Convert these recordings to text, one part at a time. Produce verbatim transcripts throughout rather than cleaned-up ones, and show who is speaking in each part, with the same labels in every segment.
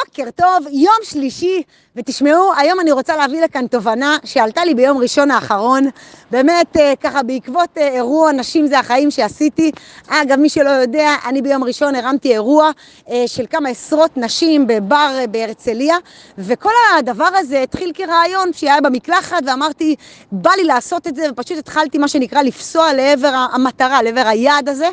Speaker 1: בוקר טוב, יום שלישי, ותשמעו, היום אני רוצה להביא לכאן תובנה שעלתה לי ביום ראשון האחרון, באמת ככה בעקבות אירוע נשים זה החיים שעשיתי. אגב, מי שלא יודע, אני ביום ראשון הרמתי אירוע של כמה עשרות נשים בבר בהרצליה, וכל הדבר הזה התחיל כרעיון שהיה במקלחת, ואמרתי, בא לי לעשות את זה, ופשוט התחלתי מה שנקרא לפסוע לעבר המטרה, לעבר היעד הזה.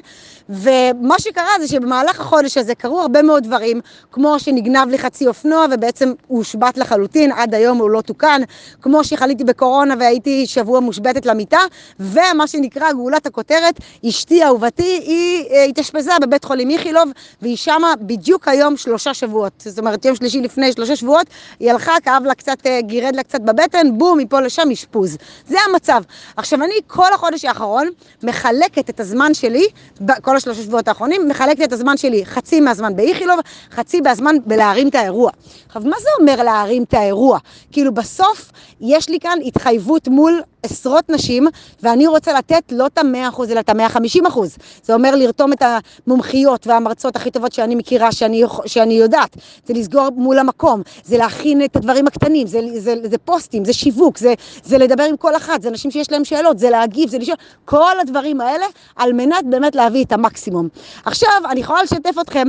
Speaker 1: ומה שקרה זה שבמהלך החודש הזה קרו הרבה מאוד דברים, כמו שנגנב לי חצי אופנוע ובעצם הוא הושבת לחלוטין, עד היום הוא לא תוקן, כמו שחליתי בקורונה והייתי שבוע מושבתת למיטה, ומה שנקרא גאולת הכותרת, אשתי אהובתי, היא התאשפזה בבית חולים איכילוב, והיא שמה בדיוק היום שלושה שבועות, זאת אומרת יום שלישי לפני שלושה שבועות, היא הלכה, כאב לה קצת, גירד לה קצת בבטן, בום, מפה לשם אשפוז. זה המצב. עכשיו אני כל החודש האחרון מחלקת את הזמן שלי, כל השלושה שבועות האחרונים, מחלקת את הזמן שלי חצי מהזמן באיכילוב, חצי מהזמן בלהרים את האירוע. עכשיו, מה זה אומר להרים את האירוע? כאילו בסוף יש לי כאן התחייבות מול עשרות נשים, ואני רוצה לתת לא את המאה אחוז, אלא את המאה וחמישים אחוז. זה אומר לרתום את המומחיות והמרצות הכי טובות שאני מכירה, שאני, שאני יודעת. זה לסגור מול המקום, זה להכין את הדברים הקטנים, זה, זה, זה פוסטים, זה שיווק, זה, זה לדבר עם כל אחת, זה אנשים שיש להם שאלות, זה להגיב, זה לשאול, כל הדברים האלה, על מנת באמת להביא את המקסימום. עכשיו, אני יכולה לשתף אתכם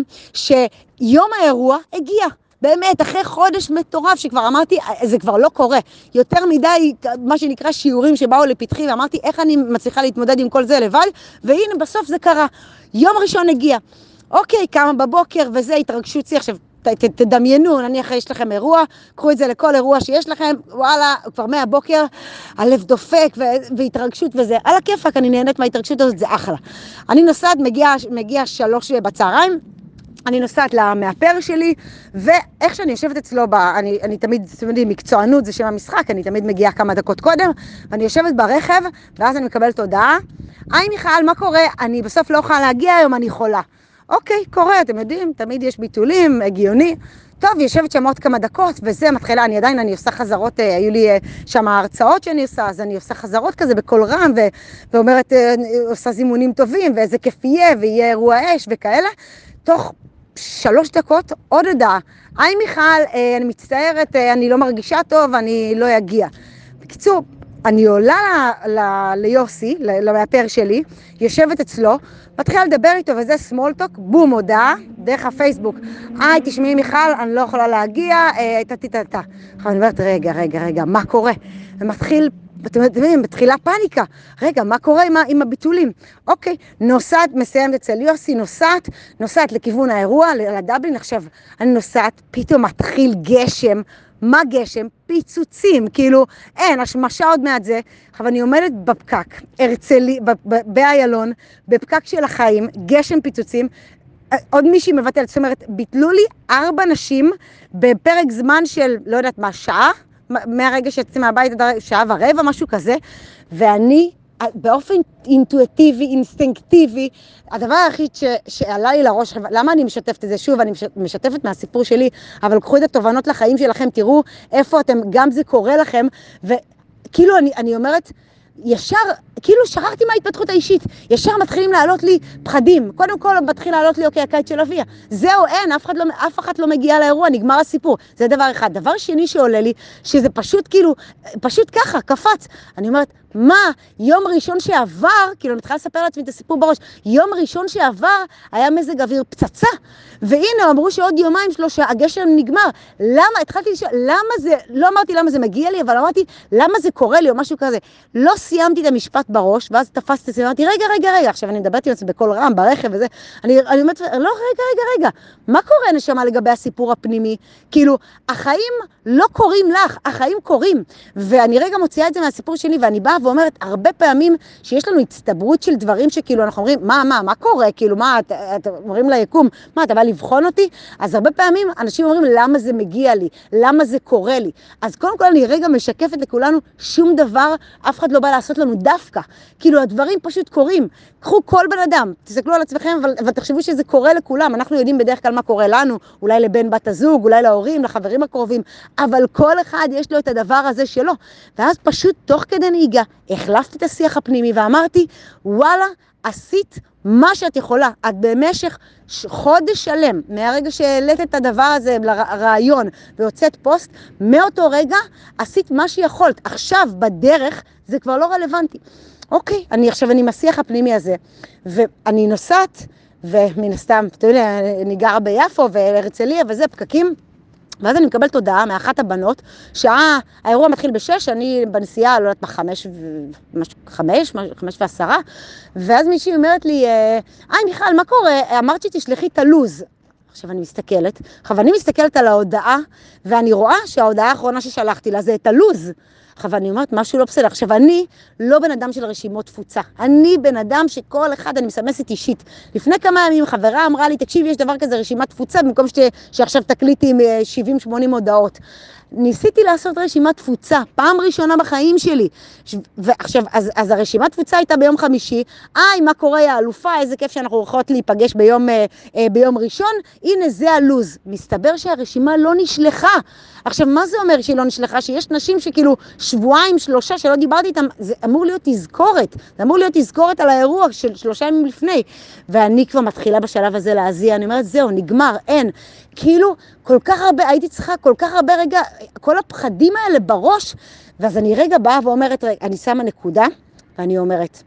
Speaker 1: שיום האירוע הגיע. באמת, אחרי חודש מטורף שכבר אמרתי, זה כבר לא קורה. יותר מדי, מה שנקרא שיעורים שבאו לפתחי, ואמרתי, איך אני מצליחה להתמודד עם כל זה לבד, והנה בסוף זה קרה. יום ראשון הגיע. אוקיי, כמה בבוקר, וזה התרגשות צי. עכשיו, ת, ת, תדמיינו, נניח יש לכם אירוע, קחו את זה לכל אירוע שיש לכם, וואלה, כבר מהבוקר, הלב דופק והתרגשות וזה. על הכיפק, אני נהנית מההתרגשות הזאת, זה אחלה. אני נוסעת, מגיע, מגיע שלוש בצהריים, אני נוסעת למאפר שלי, ואיך שאני יושבת אצלו, ב, אני, אני תמיד, אתם יודעים, מקצוענות זה שם המשחק, אני תמיד מגיעה כמה דקות קודם, ואני יושבת ברכב, ואז אני מקבלת הודעה, היי מיכל, מה קורה? אני בסוף לא יכולה להגיע היום, אני חולה. אוקיי, קורה, אתם יודעים, תמיד יש ביטולים, הגיוני. טוב, יושבת שם עוד כמה דקות, וזה מתחילה, אני עדיין, אני עושה חזרות, היו לי שם ההרצאות שאני עושה, אז אני עושה חזרות כזה בכל רם, ו, ואומרת, עושה זימונים טובים, ואיזה כיף יהיה, ויהיה אירוע אש וכאלה. תוך שלוש דקות, עוד הודעה. היי מיכל, אני מצטערת, אני לא מרגישה טוב, אני לא אגיע. בקיצור, אני עולה ל, ל, ליוסי, למאפר שלי, יושבת אצלו, מתחילה לדבר איתו, וזה סמולטוק, בום, הודעה, דרך הפייסבוק. היי, תשמעי מיכל, אני לא יכולה להגיע, הייתה תתתה. אני אומרת, רגע, רגע, רגע, מה קורה? ומתחיל, אתם יודעים, מתחילה פאניקה. רגע, מה קורה עם, עם הביטולים? אוקיי, נוסעת, מסיימת אצל יוסי, נוסעת, נוסעת לכיוון האירוע, לדבלין. עכשיו, אני נוסעת, פתאום מתחיל גשם. מה גשם? פיצוצים, כאילו, אין, השמשה עוד מעט זה. אבל אני עומדת בפקק, הרצלי, באיילון, בפקק של החיים, גשם פיצוצים, עוד מישהי מבטלת, זאת אומרת, ביטלו לי ארבע נשים בפרק זמן של, לא יודעת מה, שעה, מהרגע שיצאתי מהבית, שעה ורבע, משהו כזה, ואני באופן אינטואיטיבי, אינסטינקטיבי, הדבר היחיד ש, שעלה לי לראש, למה אני משתפת את זה? שוב, אני משתפת מהסיפור שלי, אבל קחו את התובנות לחיים שלכם, תראו איפה אתם, גם זה קורה לכם, וכאילו אני, אני אומרת, ישר, כאילו שכחתי מההתפתחות האישית, ישר מתחילים לעלות לי פחדים, קודם כל מתחיל לעלות לי, אוקיי, הקיץ של אביה, זהו, אין, אף אחד לא, אף אחד לא מגיע לאירוע, נגמר הסיפור, זה דבר אחד. דבר שני שעולה לי, שזה פשוט כאילו, פשוט ככה, קפץ, אני אומרת, מה, יום ראשון שעבר, כאילו אני מתחילה לספר לעצמי את הסיפור בראש, יום ראשון שעבר היה מזג אוויר פצצה, והנה אמרו שעוד יומיים שלושה, הגשם נגמר, למה, התחלתי לשאול, למה זה, לא אמרתי למה זה מגיע לי, אבל אמרתי, למה זה קורה לי או משהו כזה, לא סיימתי את המשפט בראש, ואז תפסתי את זה, ואמרתי, רגע, רגע, רגע, עכשיו אני מדברת עם זה בכל רם, ברכב וזה, אני, אני אומרת, לא, רגע, רגע, רגע, מה קורה נשמה לגבי הסיפור הפנימי? כאילו, החיים לא קורים לך, החיים קורים, ואני רגע מוציאה את זה מהסיפור שלי, ואני באה ואומרת, הרבה פעמים שיש לנו הצטברות של דברים שכאילו אנחנו אומרים, מה, מה, מה קורה? כאילו, מה, את, את אומרים ליקום, מה, אתה בא לבחון אותי? אז הרבה פעמים אנשים אומרים, למה זה מגיע לי? למה זה קורה לי? אז קודם כל אני רגע משקפת לכולנו, שום דבר, אף אחד לא בא לעשות לנו דווקא. כאילו, הדברים פשוט קורים. קחו כל בן אדם, תסתכלו על עצמכם, אבל, אבל תחשבו שזה קורה לכולם. אנחנו יודעים בדרך כלל מה קורה לנו, אולי לבן בת הזוג, אולי להורים, לחברים הקרובים, אבל כל אחד יש לו את הדבר הזה שלו. ואז פשוט תוך כדי נהיגה, החלפתי את השיח הפנימי ואמרתי, וואלה, עשית מה שאת יכולה, את במשך חודש שלם, מהרגע שהעלית את הדבר הזה לרעיון ויוצאת פוסט, מאותו רגע עשית מה שיכולת. עכשיו בדרך זה כבר לא רלוונטי. אוקיי, אני עכשיו אני משיח הפנימי הזה, ואני נוסעת, ומן הסתם, אתה יודע, אני גרה ביפו והרצליה וזה, פקקים, ואז אני מקבלת הודעה מאחת הבנות, שעה, האירוע מתחיל בשש, אני בנסיעה, לא יודעת מה, חמש, חמש, חמש ועשרה, ואז מישהי אומרת לי, היי מיכל, מה קורה? אמרת שתשלחי את הלוז. עכשיו אני מסתכלת, עכשיו אני מסתכלת על ההודעה, ואני רואה שההודעה האחרונה ששלחתי לה זה את הלוז. עכשיו אני אומרת, משהו לא בסדר. עכשיו אני לא בן אדם של רשימות תפוצה. אני בן אדם שכל אחד, אני מסמסת אישית. לפני כמה ימים חברה אמרה לי, תקשיב, יש דבר כזה רשימת תפוצה, במקום ש... שעכשיו תקליטי עם שבעים שמונים הודעות. ניסיתי לעשות רשימת תפוצה, פעם ראשונה בחיים שלי. ועכשיו, אז, אז הרשימת תפוצה הייתה ביום חמישי, היי, מה קורה, יא אלופה, איזה כיף שאנחנו הולכות להיפגש ביום, אה, אה, ביום ראשון, הנה זה הלוז. מסתבר שהרשימה לא נשלחה. עכשיו, מה זה אומר שהיא לא נשלחה? שיש נשים שכאילו שבועיים, שלושה, שלא דיברתי איתם, זה אמור להיות תזכורת. זה אמור להיות תזכורת על האירוע של שלושה ימים לפני. ואני כבר מתחילה בשלב הזה להזיע, אני אומרת, זהו, נגמר, אין. כאילו, כל כך הרבה, הייתי צריכה כל כך הרבה רגע, כל הפחדים האלה בראש, ואז אני רגע באה ואומרת, רגע, אני שמה נקודה, ואני אומרת,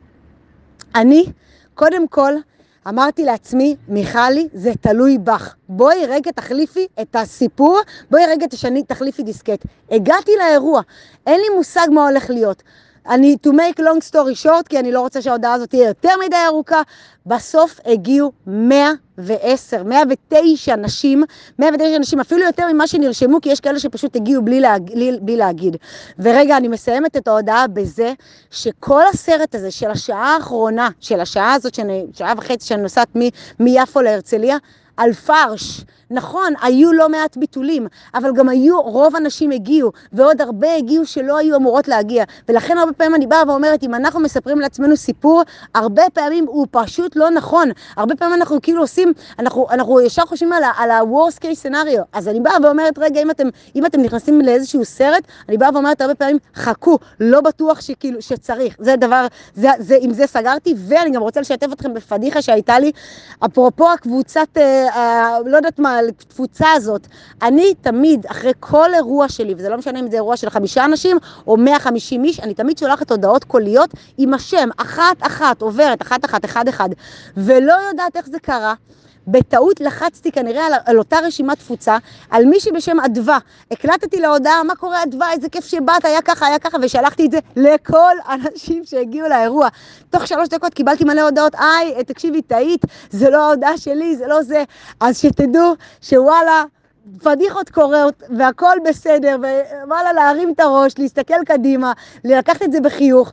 Speaker 1: אני, קודם כל, אמרתי לעצמי, מיכלי, זה תלוי בך. בואי רגע תחליפי את הסיפור, בואי רגע תשני, תחליפי דיסקט. הגעתי לאירוע, אין לי מושג מה הולך להיות. אני, to make long story short, כי אני לא רוצה שההודעה הזאת תהיה יותר מדי ארוכה, בסוף הגיעו מאה ועשר, מאה ותשע נשים, מאה ותשע נשים, אפילו יותר ממה שנרשמו, כי יש כאלה שפשוט הגיעו בלי, להג, בלי להגיד. ורגע, אני מסיימת את ההודעה בזה, שכל הסרט הזה של השעה האחרונה, של השעה הזאת, שאני, שעה וחצי שאני נוסעת מ, מיפו להרצליה, על פרש. נכון, היו לא מעט ביטולים, אבל גם היו, רוב אנשים הגיעו, ועוד הרבה הגיעו שלא היו אמורות להגיע. ולכן הרבה פעמים אני באה ואומרת, אם אנחנו מספרים לעצמנו סיפור, הרבה פעמים הוא פשוט לא נכון. הרבה פעמים אנחנו כאילו עושים, אנחנו, אנחנו ישר חושבים על ה, על ה-worst case scenario. אז אני באה ואומרת, רגע, אם אתם, אם אתם נכנסים לאיזשהו סרט, אני באה ואומרת הרבה פעמים, חכו, לא בטוח שכאילו, שצריך. זה דבר, זה, זה, עם זה סגרתי, ואני גם רוצה לשתף אתכם בפדיחה שהייתה לי, אפרופו הקבוצת, אה, אה, לא יודעת מה, התפוצה הזאת, אני תמיד, אחרי כל אירוע שלי, וזה לא משנה אם זה אירוע של חמישה אנשים, או מאה וחמישים איש, אני תמיד שולחת הודעות קוליות עם השם, אחת אחת, עוברת, אחת אחת, אחד אחד, ולא יודעת איך זה קרה, בטעות לחצתי כנראה על, על אותה רשימת תפוצה, על מישהי בשם אדווה. הקלטתי להודעה, מה קורה אדווה, איזה כיף שבאת, היה ככה, היה ככה, ושלחתי את זה לכל אנשים שהגיעו לאירוע. תוך שלוש דקות קיבלתי מלא הודעות, איי, תקשיבי, טעית, זה לא ההודעה שלי, זה לא זה. אז שתדעו שוואלה, פדיחות קורות, והכל בסדר, ווואלה, להרים את הראש, להסתכל קדימה, לקחת את זה בחיוך,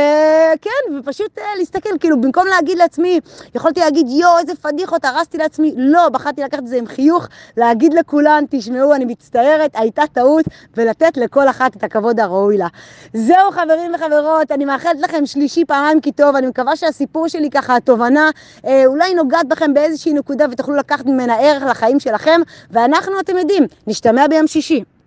Speaker 1: וכן, ופשוט להסתכל, כאילו, במקום להגיד לעצמי, יכולתי להגיד, יו, איזה פדיחות, הרסתי לעצמי, לא, בחרתי לקחת את זה עם חיוך, להגיד לכולן, תשמעו, אני מצטערת, הייתה טעות, ולתת לכל אחת את הכבוד הראוי לה. זהו, חברים וחברות, אני מאחלת לכם שלישי פעמיים כי טוב, אני מקווה שהסיפור שלי ככה, התובנה, אה, אולי נוגעת בכם באיזושהי נקודה, ותוכלו לקחת ממנה ערך לחיים שלכם, ואנחנו, אתם יודעים, נשתמע ביום שישי.